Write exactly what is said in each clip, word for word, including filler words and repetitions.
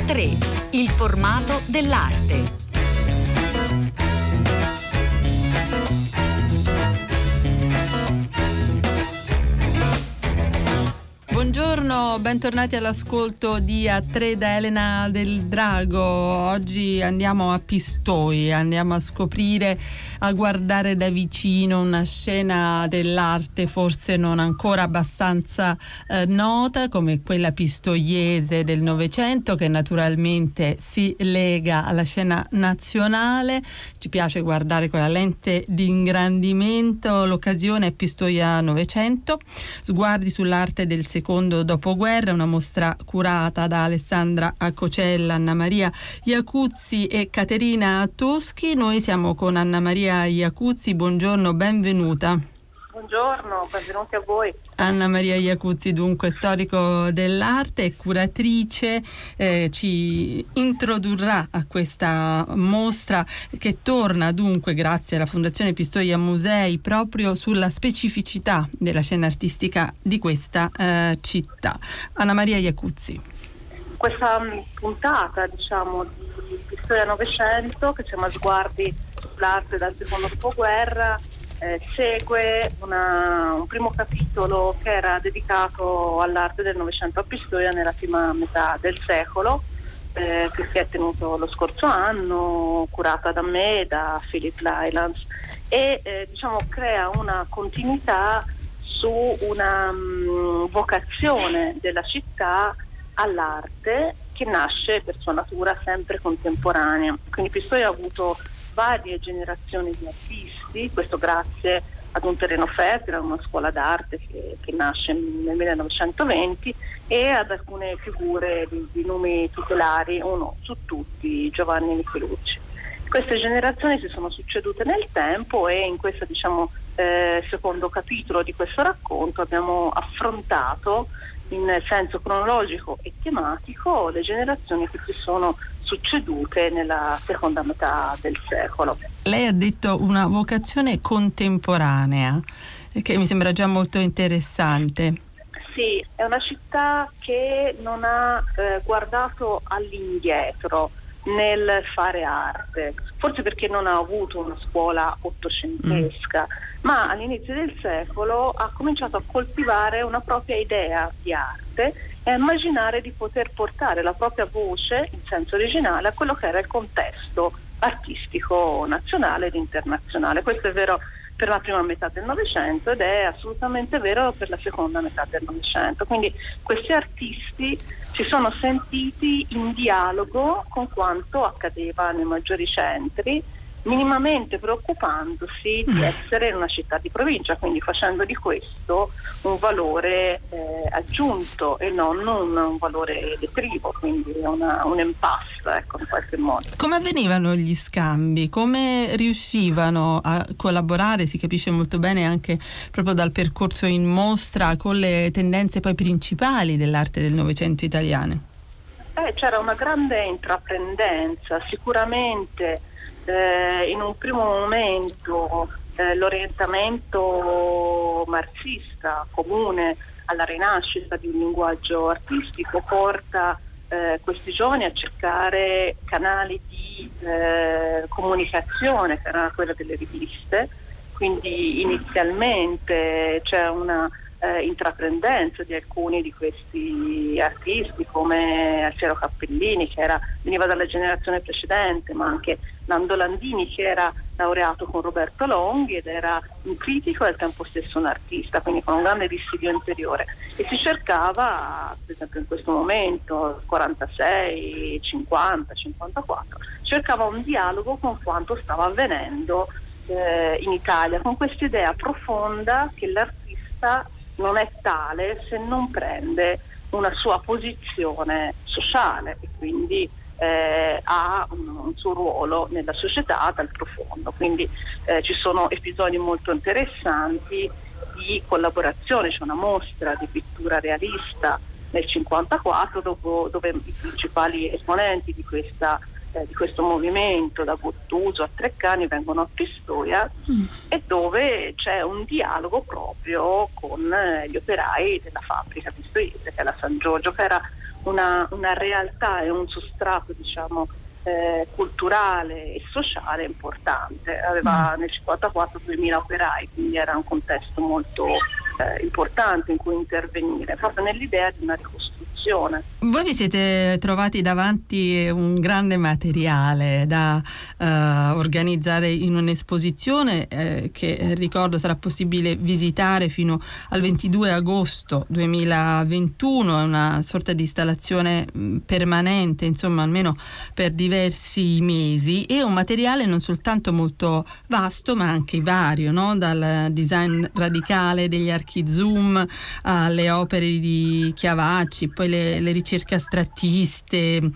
tre, il formato dell'arte. Buongiorno, bentornati all'ascolto di A tre da Elena Del Drago. Oggi andiamo a Pistoia, andiamo a scoprire, a guardare da vicino una scena dell'arte forse non ancora abbastanza eh, nota, come quella pistoiese del Novecento, che naturalmente si lega alla scena nazionale. Ci piace guardare con la lente di ingrandimento. L'occasione è Pistoia Novecento, sguardi sull'arte del secondo dopoguerra, una mostra curata da Alessandra Accocella, Anna Maria Iacuzzi e Caterina Toschi. Noi siamo con Anna Maria Iacuzzi. Buongiorno, benvenuta. Buongiorno, benvenuti a voi. Anna Maria Iacuzzi, dunque storico dell'arte e curatrice, eh, ci introdurrà a questa mostra che torna dunque grazie alla Fondazione Pistoia Musei proprio sulla specificità della scena artistica di questa eh, città. Anna Maria Iacuzzi. Questa puntata, diciamo, di Pistoia Novecento, che si chiama Sguardi sull'arte dal secondo dopoguerra, Eh, segue una, un primo capitolo che era dedicato all'arte del Novecento a Pistoia nella prima metà del secolo, eh, che si è tenuto lo scorso anno, curata da me, da Philip Lylands, e eh, diciamo crea una continuità su una mh, vocazione della città all'arte che nasce per sua natura sempre contemporanea. Quindi Pistoia ha avuto varie generazioni di artisti, questo grazie ad un terreno fertile, a una scuola d'arte che, che nasce nel millenovecentoventi, e ad alcune figure di, di nomi tutelari, uno su tutti, Giovanni Michelucci. Queste generazioni si sono succedute nel tempo e in questo, diciamo, eh, secondo capitolo di questo racconto abbiamo affrontato in senso cronologico e tematico le generazioni che si sono succedute nella seconda metà del secolo. Lei ha detto una vocazione contemporanea, che mi sembra già molto interessante. Sì, è una città che non ha eh, guardato all'indietro nel fare arte, forse perché non ha avuto una scuola ottocentesca, mm. ma all'inizio del secolo ha cominciato a coltivare una propria idea di arte e a immaginare di poter portare la propria voce in senso originale a quello che era il contesto artistico nazionale ed internazionale. Questo è vero per la prima metà del Novecento ed è assolutamente vero per la seconda metà del Novecento. Quindi questi artisti si sono sentiti in dialogo con quanto accadeva nei maggiori centri, minimamente preoccupandosi di essere in una città di provincia, quindi facendo di questo un valore eh, aggiunto e non un, un valore detrivo, quindi una, un impasse, ecco, in qualche modo. Come avvenivano gli scambi? Come riuscivano a collaborare? Si capisce molto bene anche proprio dal percorso in mostra con le tendenze poi principali dell'arte del Novecento italiane. Eh, c'era una grande intraprendenza, sicuramente. Eh, in un primo momento eh, l'orientamento marxista comune alla rinascita di un linguaggio artistico porta eh, questi giovani a cercare canali di eh, comunicazione, che era quella delle riviste. Quindi inizialmente c'è una eh, intraprendenza di alcuni di questi artisti come Alfiero Cappellini, che era, veniva dalla generazione precedente, ma anche Nando Landini, che era laureato con Roberto Longhi ed era un critico e al tempo stesso un artista, quindi con un grande dissidio interiore, e si cercava, per esempio in questo momento, quarantasei, cinquanta, cinquantaquattro, cercava un dialogo con quanto stava avvenendo eh, in Italia, con questa idea profonda che l'artista non è tale se non prende una sua posizione sociale e quindi Eh, ha un, un suo ruolo nella società dal profondo. Quindi eh, ci sono episodi molto interessanti di collaborazione. C'è una mostra di pittura realista nel cinquantaquattro dopo, dove i principali esponenti di, questa, eh, di questo movimento, da Gottuso a Treccani, vengono a Pistoia mm. e dove c'è un dialogo proprio con eh, gli operai della fabbrica pistoiese, che è la San Giorgio, che era una, una realtà e un sostrato, diciamo, eh, culturale e sociale importante. Aveva nel cinquantaquattro duemila operai, quindi era un contesto molto eh, importante in cui intervenire, proprio nell'idea di una ricostruzione. Voi vi siete trovati davanti un grande materiale da uh, organizzare in un'esposizione eh, che ricordo sarà possibile visitare fino al ventidue agosto duemilaventuno. È una sorta di installazione mh, permanente, insomma almeno per diversi mesi, e un materiale non soltanto molto vasto ma anche vario, no? Dal design radicale degli archi zoom alle opere di Chiavacci, poi le, le ricerche astrattiste,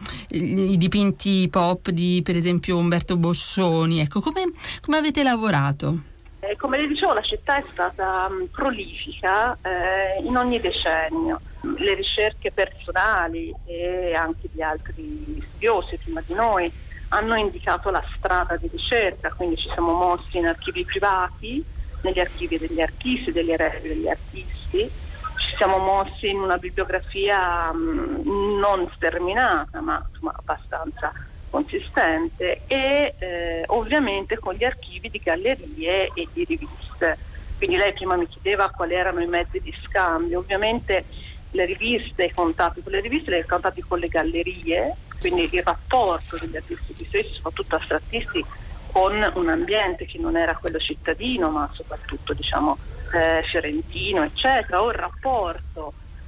i, i dipinti pop di per esempio Umberto Boscioni. Ecco, come, come avete lavorato? Eh, come le dicevo, la città è stata um, prolifica eh, in ogni decennio. Le ricerche personali e anche di altri studiosi prima di noi hanno indicato la strada di ricerca, quindi ci siamo mossi in archivi privati, negli archivi degli artisti, degli eredi degli artisti. Ci siamo mossi in una bibliografia mh, non sterminata, ma insomma, abbastanza consistente, e eh, ovviamente con gli archivi di gallerie e di riviste. Quindi lei prima mi chiedeva quali erano i mezzi di scambio. Ovviamente le riviste, i contatti con le riviste, i contatti con le gallerie, quindi il rapporto degli artisti stessi, soprattutto astrattisti, con un ambiente che non era quello cittadino, ma soprattutto diciamo eh, fiorentino, eccetera, o il rapporto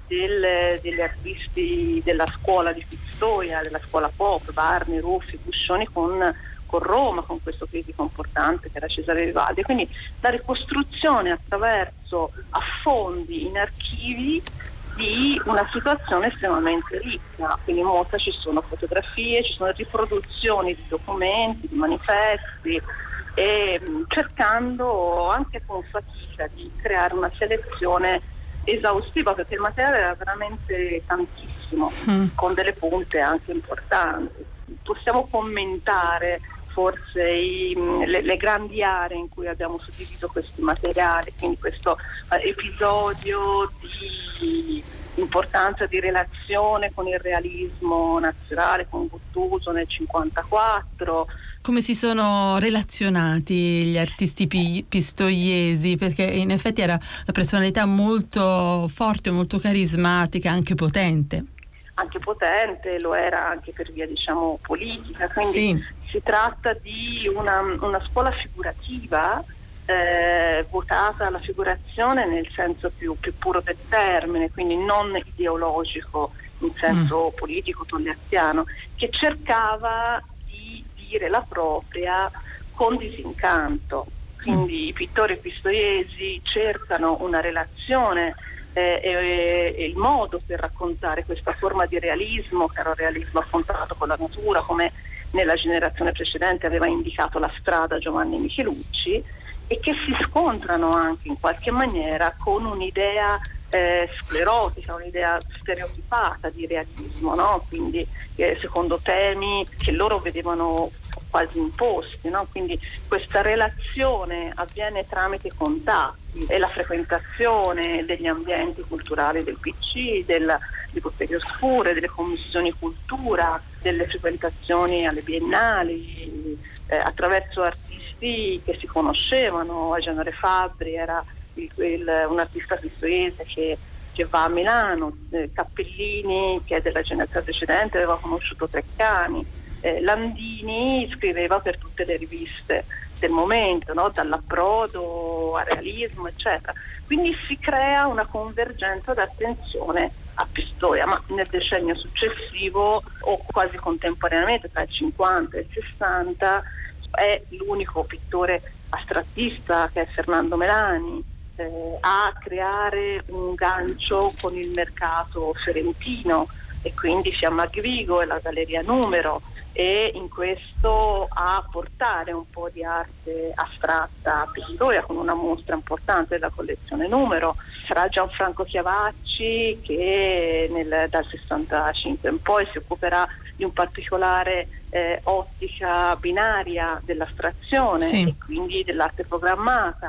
del, degli artisti della scuola di Pistoia, della scuola pop, Barni, Ruffi, Buscioni, con, con Roma, con questo critico importante che era Cesare Vivaldi. Quindi la ricostruzione attraverso affondi in archivi di una situazione estremamente ricca, quindi in molta ci sono fotografie, ci sono riproduzioni di documenti, di manifesti, e cercando anche con fatica di creare una selezione esaustiva, perché il materiale era veramente tantissimo, mm. con delle punte anche importanti. Possiamo commentare forse i, le, le grandi aree in cui abbiamo suddiviso questi materiali, quindi questo eh, episodio di importanza di relazione con il realismo nazionale, con Guttuso nel cinquantaquattro. Come si sono relazionati gli artisti pi- pistoiesi? Perché in effetti era una personalità molto forte, molto carismatica, anche potente. Anche potente, lo era anche per via, diciamo, politica, quindi sì. Si tratta di una, una scuola figurativa eh, votata alla figurazione nel senso più, più puro del termine, quindi non ideologico in senso mm. politico togliattiano, che cercava di dire la propria con disincanto. Quindi mm. i pittori pistoiesi cercano una relazione eh, e, e il modo per raccontare questa forma di realismo, che era un realismo affrontato con la natura, come nella generazione precedente aveva indicato la strada Giovanni Michelucci, e che si scontrano anche in qualche maniera con un'idea eh, sclerotica, un'idea stereotipata di realismo, no? Quindi eh, secondo temi che loro vedevano quasi imposti, no? Quindi questa relazione avviene tramite contatti e la frequentazione degli ambienti culturali del P C, della, di Botteghe Oscure, delle commissioni cultura, delle frequentazioni alle biennali, eh, attraverso artisti che si conoscevano. Agenore Fabbri era il, il, un artista pistoiese che, che va a Milano, eh, Cappellini, che è della generazione precedente, aveva conosciuto Treccani. Eh, Landini scriveva per tutte le riviste del momento, no? Dall'Approdo a Realismo, eccetera. Quindi si crea una convergenza d'attenzione a Pistoia, ma nel decennio successivo o quasi contemporaneamente, tra il cinquanta e il sessanta, è l'unico pittore astrattista, che è Fernando Melani, eh, a creare un gancio con il mercato fiorentino, e quindi sia Magvigo e la Galleria Numero, e in questo a portare un po' di arte astratta a Pistoia con una mostra importante della collezione Numero. Sarà Gianfranco Chiavacci che nel, dal sessantacinque in poi si occuperà di un particolare eh, ottica binaria dell'astrazione, sì. E quindi dell'arte programmata.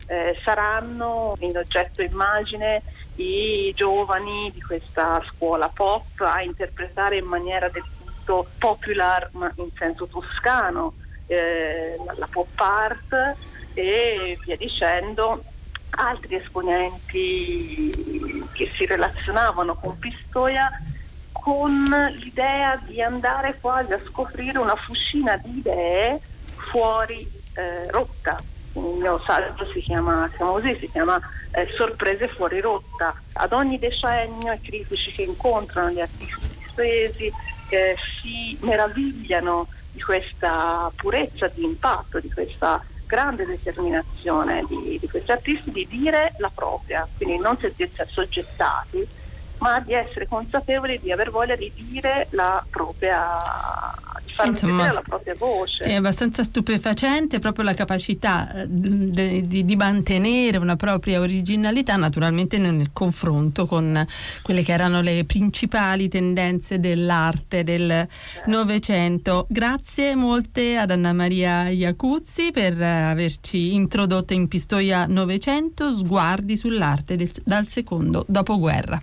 eh, saranno in oggetto immagine i giovani di questa scuola pop a interpretare in maniera del tutto popular, ma in senso toscano, eh, la pop art e via dicendo, altri esponenti che si relazionavano con Pistoia con l'idea di andare quasi a scoprire una fucina di idee fuori eh, rotta. Il mio saggio si chiama, si chiama così, si chiama eh, Sorprese fuori rotta. Ad ogni decennio i critici che incontrano gli artisti pistoiesi eh, si meravigliano di questa purezza di impatto, di questa grande determinazione di, di questi artisti di dire la propria, quindi non sentirsi assoggettati, ma di essere consapevoli di aver voglia di dire la propria, di far sentire la propria voce. Sì, è abbastanza stupefacente proprio la capacità di, di, di mantenere una propria originalità, naturalmente nel confronto con quelle che erano le principali tendenze dell'arte del Novecento. Grazie molte ad Anna Maria Iacuzzi per averci introdotto in Pistoia Novecento, sguardi sull'arte del, dal secondo dopoguerra.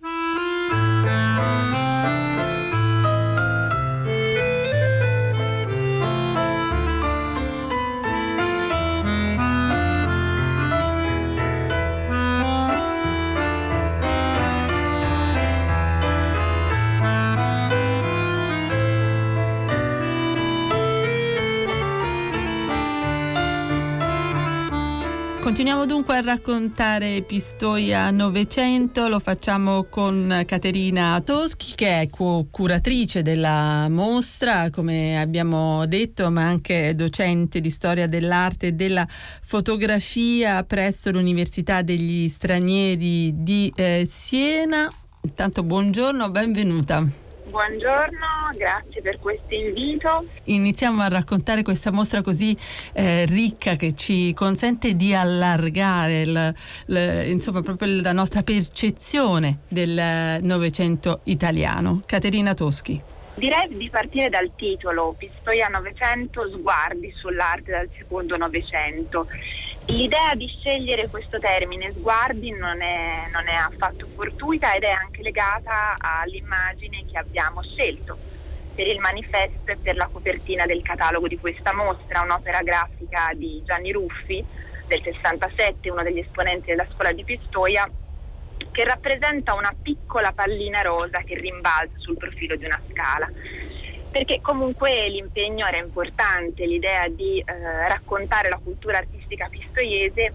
Continuiamo dunque a raccontare Pistoia Novecento, lo facciamo con Caterina Toschi, che è co-curatrice della mostra, come abbiamo detto, ma anche docente di storia dell'arte e della fotografia presso l'Università degli Stranieri di eh, Siena. Intanto buongiorno, benvenuta. Buongiorno, grazie per questo invito. Iniziamo a raccontare questa mostra così eh, ricca che ci consente di allargare il, il, insomma proprio la nostra percezione del Novecento italiano. Caterina Toschi. Direi di partire dal titolo, Pistoia Novecento, sguardi sull'arte del secondo Novecento. L'idea di scegliere questo termine, sguardi, non è, non è affatto fortuita ed è anche legata all'immagine che abbiamo scelto per il manifesto e per la copertina del catalogo di questa mostra, un'opera grafica di Gianni Ruffi del sessantasette, uno degli esponenti della scuola di Pistoia, che rappresenta una piccola pallina rosa che rimbalza sul profilo di una scala. Perché comunque l'impegno era importante, l'idea di eh, raccontare la cultura artistica pistoiese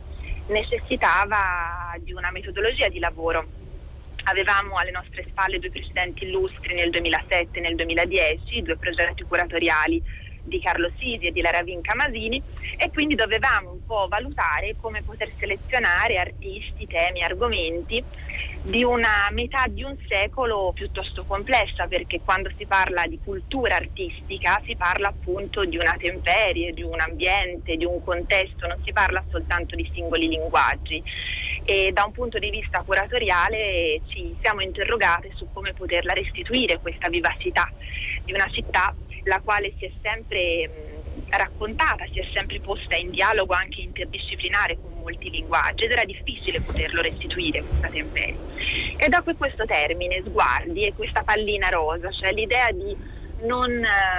necessitava di una metodologia di lavoro. Avevamo alle nostre spalle due precedenti illustri nel duemilasette e nel duemiladieci, due progetti curatoriali di Carlo Sisi e di Lara Vinca Masini, e quindi dovevamo un po' valutare come poter selezionare artisti, temi, argomenti di una metà di un secolo piuttosto complessa, perché quando si parla di cultura artistica si parla appunto di una temperie, di un ambiente, di un contesto, non si parla soltanto di singoli linguaggi. E da un punto di vista curatoriale ci siamo interrogate su come poterla restituire questa vivacità di una città la quale si è sempre mh, raccontata, si è sempre posta in dialogo anche interdisciplinare con molti linguaggi, ed era difficile poterlo restituire questa temperie. E da qui questo termine, sguardi, e questa pallina rosa, cioè l'idea di non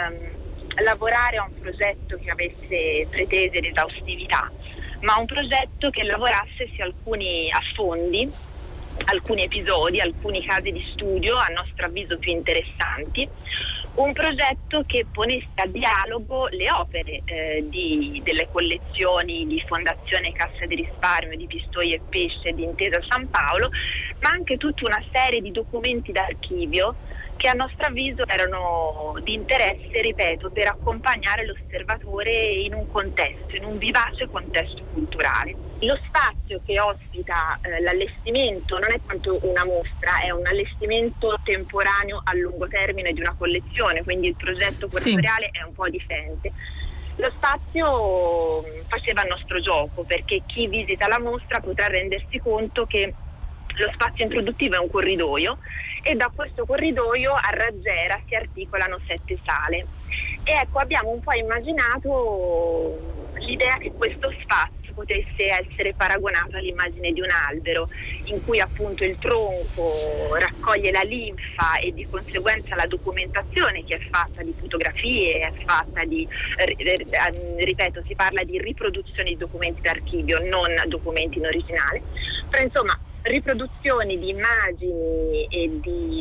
eh, lavorare a un progetto che avesse pretese l'esaustività, ma un progetto che lavorasse su alcuni affondi, alcuni episodi, alcuni casi di studio a nostro avviso più interessanti, un progetto che ponesse a dialogo le opere eh, di, delle collezioni di Fondazione Cassa di Risparmio, di Pistoia e Pesce, di Intesa San Paolo, ma anche tutta una serie di documenti d'archivio che a nostro avviso erano di interesse, ripeto, per accompagnare l'osservatore in un contesto, in un vivace contesto culturale. Lo spazio che ospita eh, l'allestimento non è tanto una mostra, è un allestimento temporaneo a lungo termine di una collezione, quindi il progetto curatoriale sì. È un po' differente. Lo spazio faceva il nostro gioco, perché chi visita la mostra potrà rendersi conto che lo spazio introduttivo è un corridoio, e da questo corridoio a raggiera si articolano sette sale. E ecco, abbiamo un po' immaginato l'idea che questo spazio potesse essere paragonato all'immagine di un albero, in cui appunto il tronco raccoglie la linfa e di conseguenza la documentazione, che è fatta di fotografie, è fatta di, ripeto, si parla di riproduzioni di documenti d'archivio, non documenti in originale, però insomma riproduzioni di immagini e di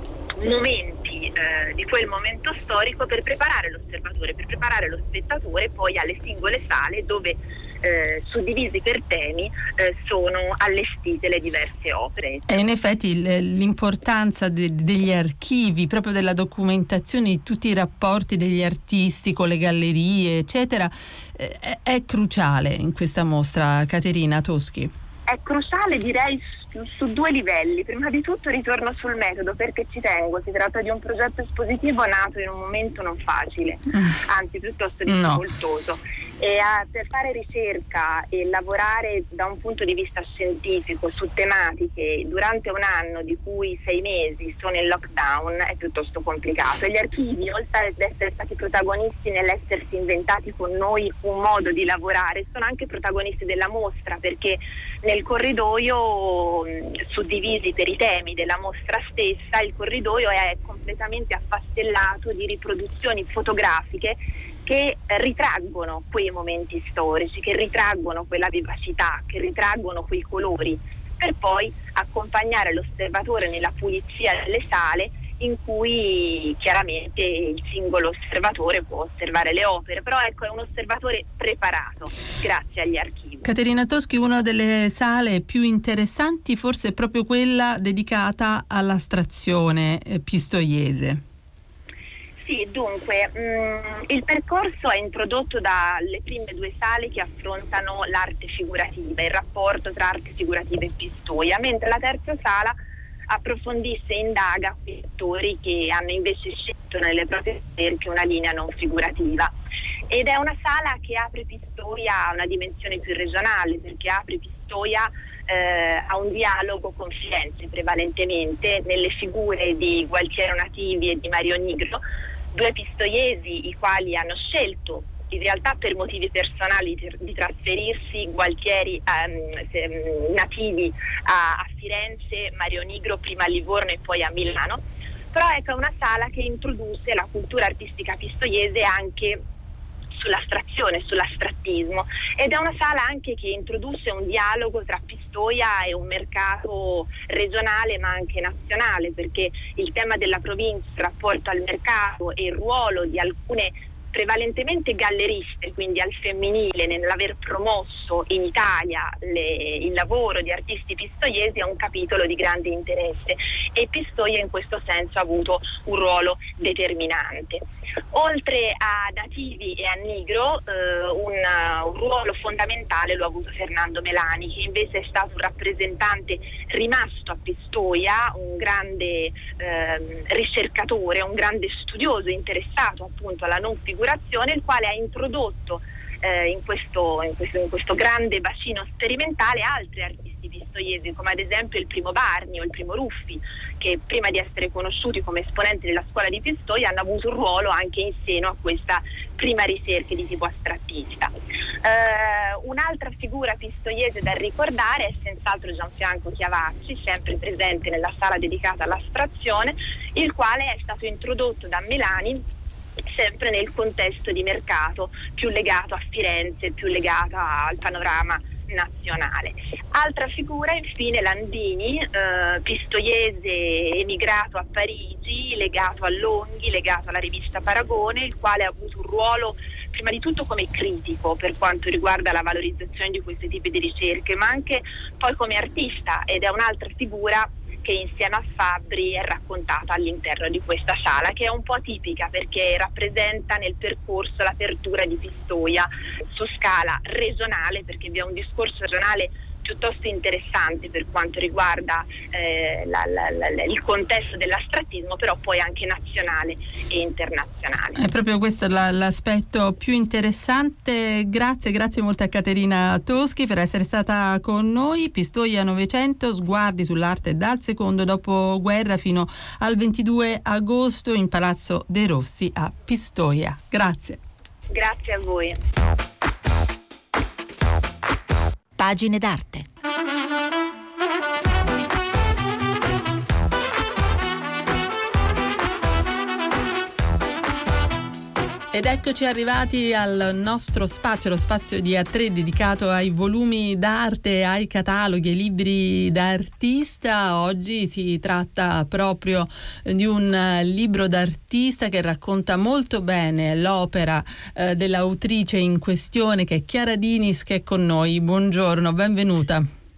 momenti eh, di quel momento storico per preparare l'osservatore, per preparare lo spettatore poi alle singole sale dove eh, suddivisi per temi eh, sono allestite le diverse opere. E in effetti l'importanza de- degli archivi, proprio della documentazione di tutti i rapporti degli artisti con le gallerie eccetera, eh, è, è cruciale in questa mostra. Caterina Toschi. È cruciale, direi, su, su due livelli. Prima di tutto ritorno sul metodo, perché ci tengo, si tratta di un progetto espositivo nato in un momento non facile, anzi piuttosto difficoltoso. No. E a, per fare ricerca e lavorare da un punto di vista scientifico su tematiche durante un anno di cui sei mesi sono in lockdown è piuttosto complicato. E gli archivi, oltre ad essere stati protagonisti nell'essersi inventati con noi un modo di lavorare, sono anche protagonisti della mostra, perché nel corridoio, suddivisi per i temi della mostra stessa, il corridoio è completamente affastellato di riproduzioni fotografiche che ritraggono quei momenti storici, che ritraggono quella vivacità, che ritraggono quei colori, per poi accompagnare l'osservatore nella pulizia delle sale, in cui chiaramente il singolo osservatore può osservare le opere, però ecco, è un osservatore preparato grazie agli archivi. Caterina Toschi, una delle sale più interessanti forse è proprio quella dedicata all'astrazione eh, pistoiese. Sì, dunque, mh, il percorso è introdotto dalle prime due sale che affrontano l'arte figurativa, il rapporto tra arte figurativa e Pistoia, mentre la terza sala approfondisce e indaga quei attori che hanno invece scelto nelle proprie ricerche una linea non figurativa. Ed è una sala che apre Pistoia a una dimensione più regionale, perché apre Pistoia eh, a un dialogo con Firenze prevalentemente, nelle figure di Gualtiero Nativi e di Mario Nigro, due pistoiesi i quali hanno scelto in realtà per motivi personali di trasferirsi, Gualtieri ehm, Nativi a, a Firenze, Mario Nigro prima a Livorno e poi a Milano. Però ecco, è una sala che introduce la cultura artistica pistoiese anche sull'astrazione, sull'astrattismo, ed è una sala anche che introduce un dialogo tra Pistoia e un mercato regionale ma anche nazionale, perché il tema della provincia, il rapporto al mercato e il ruolo di alcune prevalentemente galleriste, quindi al femminile, nell'aver promosso in Italia le, il lavoro di artisti pistoiesi è un capitolo di grande interesse, e Pistoia in questo senso ha avuto un ruolo determinante. Oltre a Nativi e a Nigro, eh, un, un ruolo fondamentale lo ha avuto Fernando Melani, che invece è stato un rappresentante rimasto a Pistoia, un grande eh, ricercatore, un grande studioso interessato appunto alla non figurazione, il quale ha introdotto eh, in, questo, in, questo, in questo grande bacino sperimentale altri artisti pistoiesi, come ad esempio il primo Barni o il primo Ruffi, che prima di essere conosciuti come esponenti della scuola di Pistoia hanno avuto un ruolo anche in seno a questa prima ricerca di tipo astrattista. Eh, un'altra figura pistoiese da ricordare è senz'altro Gianfranco Chiavacci, sempre presente nella sala dedicata all'astrazione, il quale è stato introdotto da Melani sempre nel contesto di mercato più legato a Firenze, più legato al panorama nazionale. Altra figura infine Landini, eh, pistoiese emigrato a Parigi, legato a Longhi, legato alla rivista Paragone, il quale ha avuto un ruolo prima di tutto come critico per quanto riguarda la valorizzazione di questi tipi di ricerche, ma anche poi come artista, ed è un'altra figura che insieme a Fabbri è raccontata all'interno di questa sala, che è un po' tipica perché rappresenta nel percorso l'apertura di Pistoia su scala regionale, perché vi è un discorso regionale piuttosto interessante per quanto riguarda eh, la, la, la, il contesto dell'astrattismo, però poi anche nazionale e internazionale. È proprio questo la, l'aspetto più interessante. Grazie, grazie molto a Caterina Toschi per essere stata con noi. Pistoia Novecento, sguardi sull'arte dal secondo dopoguerra fino al ventidue agosto in Palazzo dei Rossi a Pistoia. Grazie. Grazie a voi. Pagine d'arte. Ed eccoci arrivati al nostro spazio, lo spazio di A tre dedicato ai volumi d'arte, ai cataloghi, ai libri d'artista. Oggi si tratta proprio di un libro d'artista che racconta molto bene l'opera eh, dell'autrice in questione, che è Chiara Dinis, che è con noi. Buongiorno, benvenuta.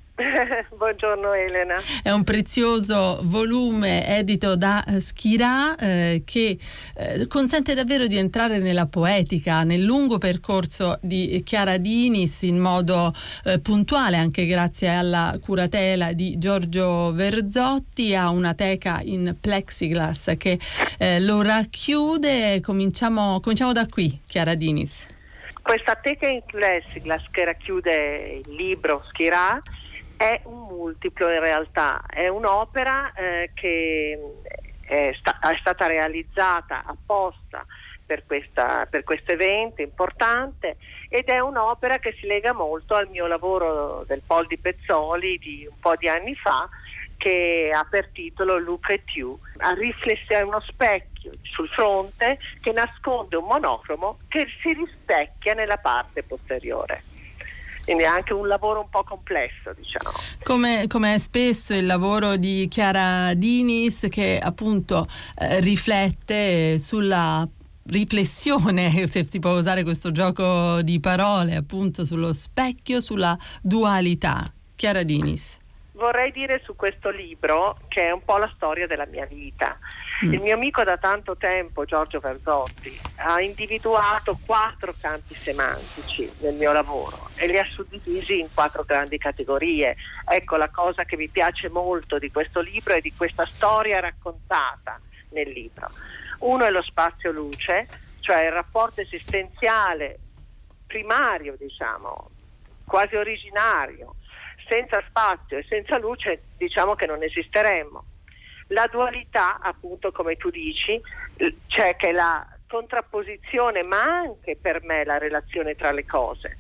Buongiorno Elena. È un prezioso volume edito da Schirà eh, che eh, consente davvero di entrare nella poetica, nel lungo percorso di Chiara Dinis in modo eh, puntuale, anche grazie alla curatela di Giorgio Verzotti. Ha una teca in plexiglass che eh, lo racchiude. Cominciamo, cominciamo da qui, Chiara Dinis. Questa teca in plexiglass che racchiude il libro Schirà è un multiplo in realtà, è un'opera eh, che è, sta- è stata realizzata apposta per questa, per questo evento importante, ed è un'opera che si lega molto al mio lavoro del Pol di Pezzoli di un po' di anni fa, che ha per titolo Look at You. A riflessione, uno specchio sul fronte che nasconde un monocromo che si rispecchia nella parte posteriore. Quindi è anche un lavoro un po' complesso, diciamo. Come, come è spesso il lavoro di Chiara Dinis, che appunto eh, riflette sulla riflessione, se si può usare questo gioco di parole, appunto sullo specchio, sulla dualità. Chiara Dinis. Vorrei dire su questo libro che è un po' la storia della mia vita. Mm. Il mio amico da tanto tempo, Giorgio Verzotti, ha individuato quattro campi semantici nel mio lavoro e li ha suddivisi in quattro grandi categorie. Ecco, la cosa che mi piace molto di questo libro e di questa storia raccontata nel libro. Uno è lo spazio luce, cioè il rapporto esistenziale primario, diciamo, quasi originario. Senza spazio e senza luce diciamo che non esisteremmo. La dualità, appunto, come tu dici, c'è che la contrapposizione, ma anche per me la relazione tra le cose,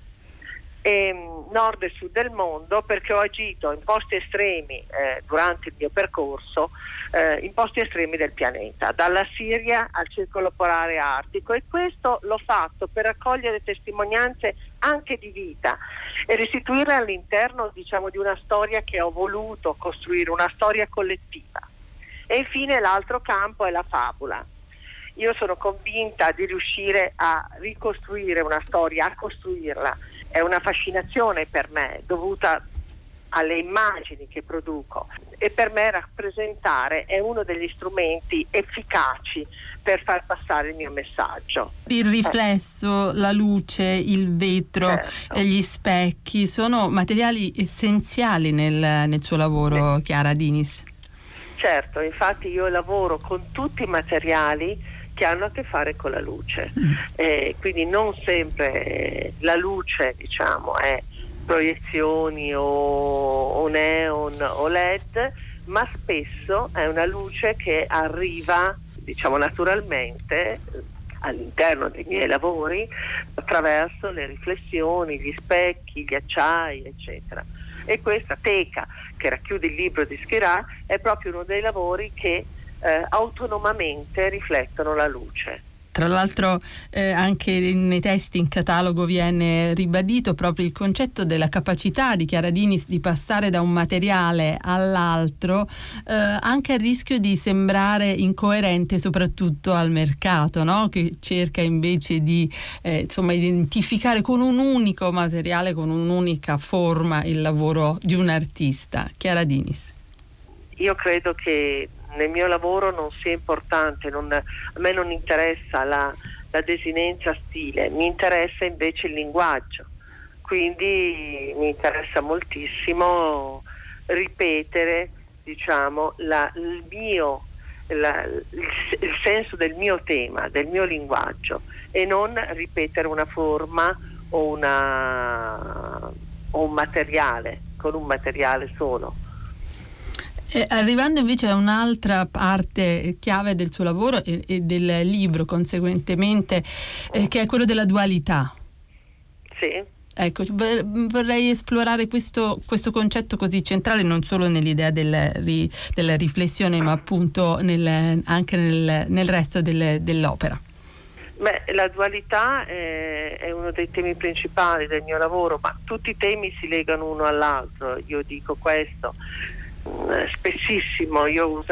e, nord e sud del mondo, perché ho agito in posti estremi eh, durante il mio percorso, eh, in posti estremi del pianeta, dalla Siria al circolo polare artico, e questo l'ho fatto per raccogliere testimonianze anche di vita e restituirle all'interno, diciamo, di una storia che ho voluto costruire, una storia collettiva. E infine l'altro campo è la fabula. Io sono convinta di riuscire a ricostruire una storia, a costruirla. È una fascinazione per me dovuta alle immagini che produco, e per me rappresentare è uno degli strumenti efficaci per far passare il mio messaggio. Il riflesso, eh. la luce, il vetro, certo. e gli specchi sono materiali essenziali nel, nel suo lavoro, sì. Chiara Dinis. Certo, infatti io lavoro con tutti i materiali che hanno a che fare con la luce, mm. eh, quindi non sempre la luce, diciamo, è proiezioni o, o neon o led, ma spesso è una luce che arriva, diciamo, naturalmente all'interno dei miei lavori attraverso le riflessioni, gli specchi, gli acciai, eccetera. E questa teca che racchiude il libro di Schirà è proprio uno dei lavori che eh, autonomamente riflettono la luce. Tra l'altro eh, anche nei testi in catalogo viene ribadito proprio il concetto della capacità di Chiara Dinis di passare da un materiale all'altro, eh, anche a rischio di sembrare incoerente soprattutto al mercato, no? Che cerca invece di eh, insomma identificare con un unico materiale, con un'unica forma, il lavoro di un artista. Chiara Dinis. Io credo che nel mio lavoro non sia importante, non, a me non interessa la, la desinenza stile, mi interessa invece il linguaggio, quindi mi interessa moltissimo ripetere, diciamo, la, il mio la, il, il senso del mio tema, del mio linguaggio, e non ripetere una forma o una o un materiale con un materiale solo. Eh, arrivando invece a un'altra parte chiave del suo lavoro e, e del libro conseguentemente, eh, che è quello della dualità. Sì. Ecco, vorrei esplorare questo, questo concetto così centrale non solo nell'idea del, della riflessione, ma appunto nel, anche nel, nel resto del, dell'opera. Beh, la dualità è, è uno dei temi principali del mio lavoro, ma tutti i temi si legano uno all'altro. Io dico questo, spessissimo io ho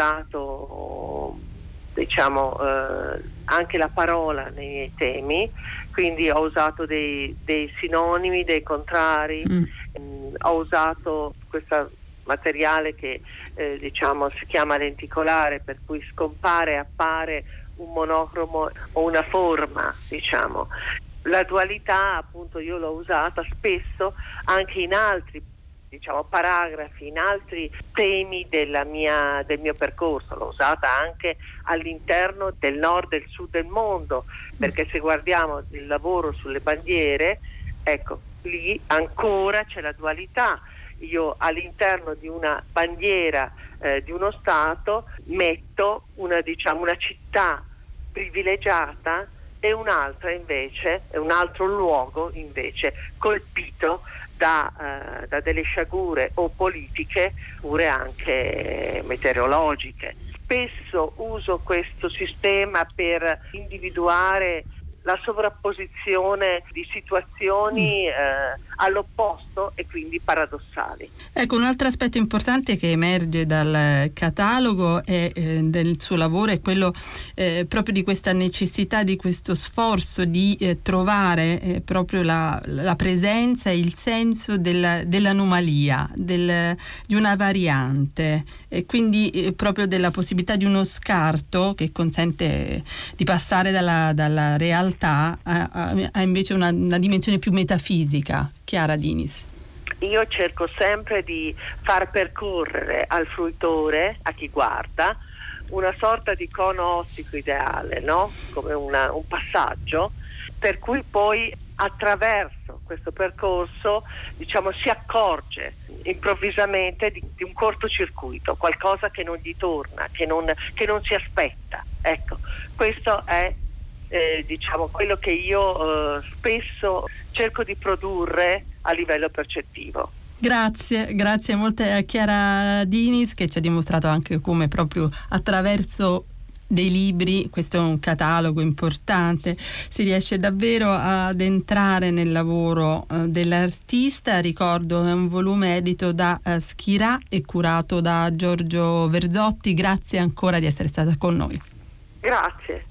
usato, diciamo, eh, anche la parola nei miei temi, quindi ho usato dei, dei sinonimi, dei contrari, mm. mh, ho usato questo materiale che eh, diciamo si chiama lenticolare, per cui scompare e appare un monocromo o una forma, diciamo. La dualità appunto io l'ho usata spesso anche in altri, diciamo, paragrafi, in altri temi della mia, del mio percorso. L'ho usata anche all'interno del nord e del sud del mondo, perché se guardiamo il lavoro sulle bandiere, ecco, lì ancora c'è la dualità. Io all'interno di una bandiera eh, di uno Stato metto una, diciamo, una città privilegiata e un'altra invece, un altro luogo invece colpito Da, uh, da delle sciagure o politiche oppure anche meteorologiche. Spesso uso questo sistema per individuare la sovrapposizione di situazioni eh, all'opposto e quindi paradossali. Ecco, un altro aspetto importante che emerge dal catalogo e eh, del suo lavoro è quello eh, proprio di questa necessità, di questo sforzo di eh, trovare eh, proprio la, la presenza e il senso del, dell'anomalia, del, di una variante, e quindi eh, proprio della possibilità di uno scarto che consente di passare dalla, dalla realtà A, a, a invece una, una dimensione più metafisica. Chiara Diniz. Io cerco sempre di far percorrere al fruitore, a chi guarda, una sorta di cono ottico ideale, no? Come una, un passaggio, per cui poi attraverso questo percorso, diciamo, si accorge improvvisamente di, di un cortocircuito, qualcosa che non gli torna, che non, che non si aspetta. Ecco, questo è Eh, diciamo quello che io eh, spesso cerco di produrre a livello percettivo. Grazie, grazie molte a Chiara Diniz, che ci ha dimostrato anche come proprio attraverso dei libri, questo è un catalogo importante, si riesce davvero ad entrare nel lavoro eh, dell'artista. Ricordo, è un volume edito da eh, Schirà e curato da Giorgio Verzotti. Grazie ancora di essere stata con noi. Grazie.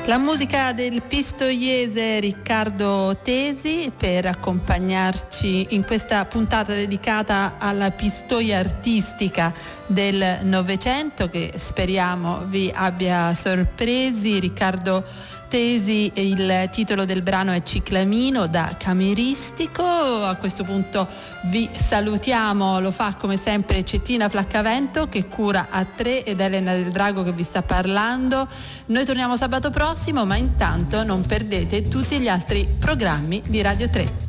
La musica del pistoiese Riccardo Tesi per accompagnarci in questa puntata dedicata alla pistoia artistica del Novecento, che speriamo vi abbia sorpresi. Riccardo Tesi, il titolo del brano è Ciclamino da Cameristico. A questo punto vi salutiamo, lo fa come sempre Cettina Placcavento che cura a tre ed Elena Del Drago che vi sta parlando. Noi torniamo sabato prossimo, ma intanto non perdete tutti gli altri programmi di Radio tre.